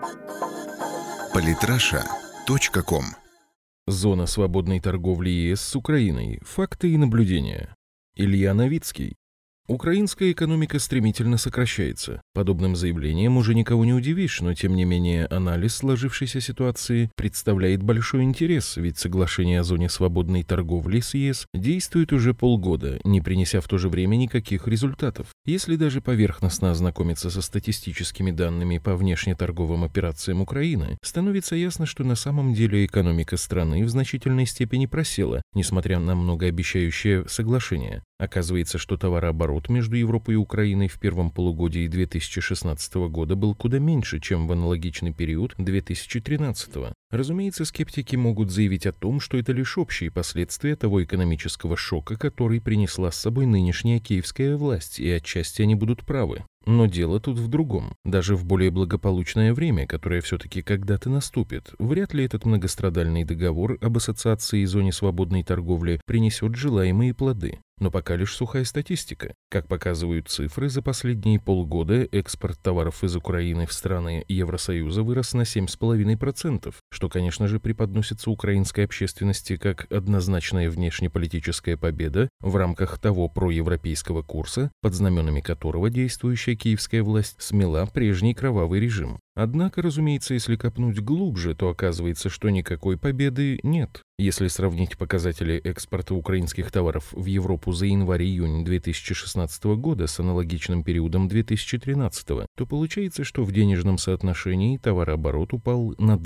Политраша.ком. Зона свободной торговли ЕС с Украиной. Факты и наблюдения. Илья Новицкий. Украинская экономика стремительно сокращается. Подобным заявлением уже никого не удивишь, но тем не менее анализ сложившейся ситуации представляет большой интерес, ведь соглашение о зоне свободной торговли с ЕС действует уже полгода, не принеся в то же время никаких результатов. Если даже поверхностно ознакомиться со статистическими данными по внешнеторговым операциям Украины, становится ясно, что на самом деле экономика страны в значительной степени просела, несмотря на многообещающее соглашение. Оказывается, что товарооборот между Европой и Украиной в первом полугодии 2016 года был куда меньше, чем в аналогичный период 2013. Разумеется, скептики могут заявить о том, что это лишь общие последствия того экономического шока, который принесла с собой нынешняя киевская власть, и отчасти они будут правы. Но дело тут в другом. Даже в более благополучное время, которое все-таки когда-то наступит, вряд ли этот многострадальный договор об ассоциации и зоне свободной торговли принесет желаемые плоды. Но пока лишь сухая статистика. Как показывают цифры, за последние полгода экспорт товаров из Украины в страны Евросоюза вырос на 7,5%, что, конечно же, преподносится украинской общественности как однозначная внешнеполитическая победа в рамках того проевропейского курса, под знаменами которого действующая киевская власть смела прежний кровавый режим. Однако, разумеется, если копнуть глубже, то оказывается, что никакой победы нет. Если сравнить показатели экспорта украинских товаров в Европу за январь-июнь 2016 года с аналогичным периодом 2013, то получается, что в денежном соотношении товарооборот упал на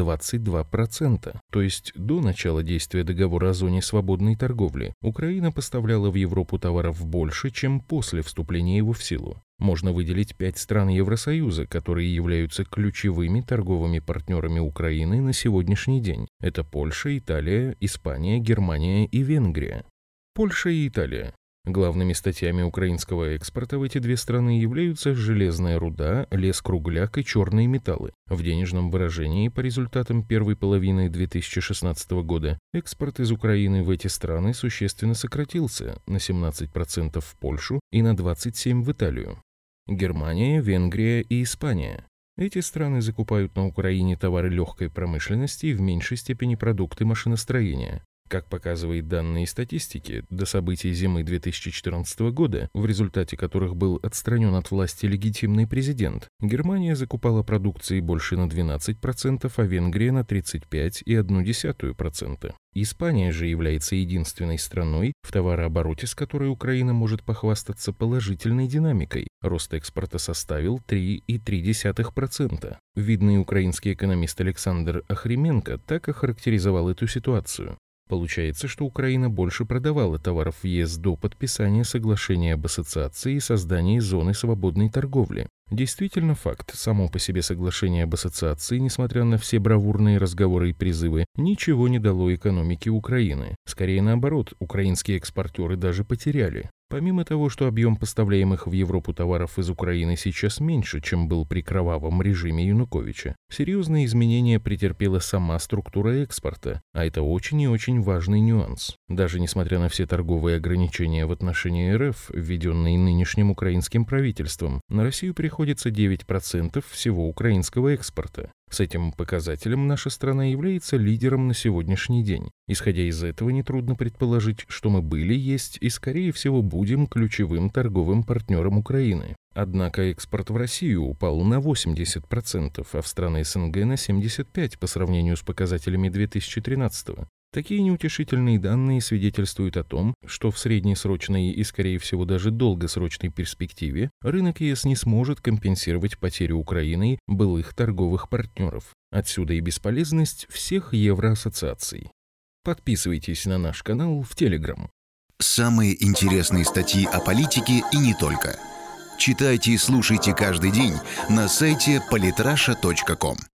22%. То есть до начала действия договора о зоне свободной торговли Украина поставляла в Европу товаров больше, чем после вступления его в силу. Можно выделить 5 стран Евросоюза, которые являются ключевыми торговыми партнерами Украины на сегодняшний день. Это Польша, Италия, Испания, Германия и Венгрия. Польша и Италия. Главными статьями украинского экспорта в эти две страны являются железная руда, лес-кругляк и черные металлы. В денежном выражении по результатам первой половины 2016 года экспорт из Украины в эти страны существенно сократился на 17% в Польшу и на 27% в Италию. Германия, Венгрия и Испания. Эти страны закупают на Украине товары легкой промышленности и в меньшей степени продукты машиностроения. Как показывают данные статистики, до событий зимы 2014 года, в результате которых был отстранен от власти легитимный президент, Германия закупала продукции больше на 12%, а Венгрия на 35,1%. Испания же является единственной страной, в товарообороте с которой Украина может похвастаться положительной динамикой. Рост экспорта составил 3,3%. Видный украинский экономист Александр Охрименко так охарактеризовал эту ситуацию. Получается, что Украина больше продавала товаров в ЕС до подписания соглашения об ассоциации и создании зоны свободной торговли. Действительно факт, само по себе соглашение об ассоциации, несмотря на все бравурные разговоры и призывы, ничего не дало экономике Украины. Скорее наоборот, украинские экспортеры даже потеряли. Помимо того, что объем поставляемых в Европу товаров из Украины сейчас меньше, чем был при кровавом режиме Януковича, серьезные изменения претерпела сама структура экспорта, а это очень и очень важный нюанс. Даже несмотря на все торговые ограничения в отношении РФ, введенные нынешним украинским правительством, на Россию приходится 9% всего украинского экспорта. С этим показателем наша страна является лидером на сегодняшний день. Исходя из этого, нетрудно предположить, что мы были, есть и, скорее всего, будем ключевым торговым партнером Украины. Однако экспорт в Россию упал на 80%, а в страны СНГ на 75% по сравнению с показателями 2013 года. Такие неутешительные данные свидетельствуют о том, что в среднесрочной и, скорее всего, даже долгосрочной перспективе рынок ЕС не сможет компенсировать потерю Украиной былых торговых партнеров. Отсюда и бесполезность всех евроассоциаций. Подписывайтесь на наш канал в Telegram. Самые интересные статьи о политике и не только. Читайте и слушайте каждый день на сайте politrasha.com.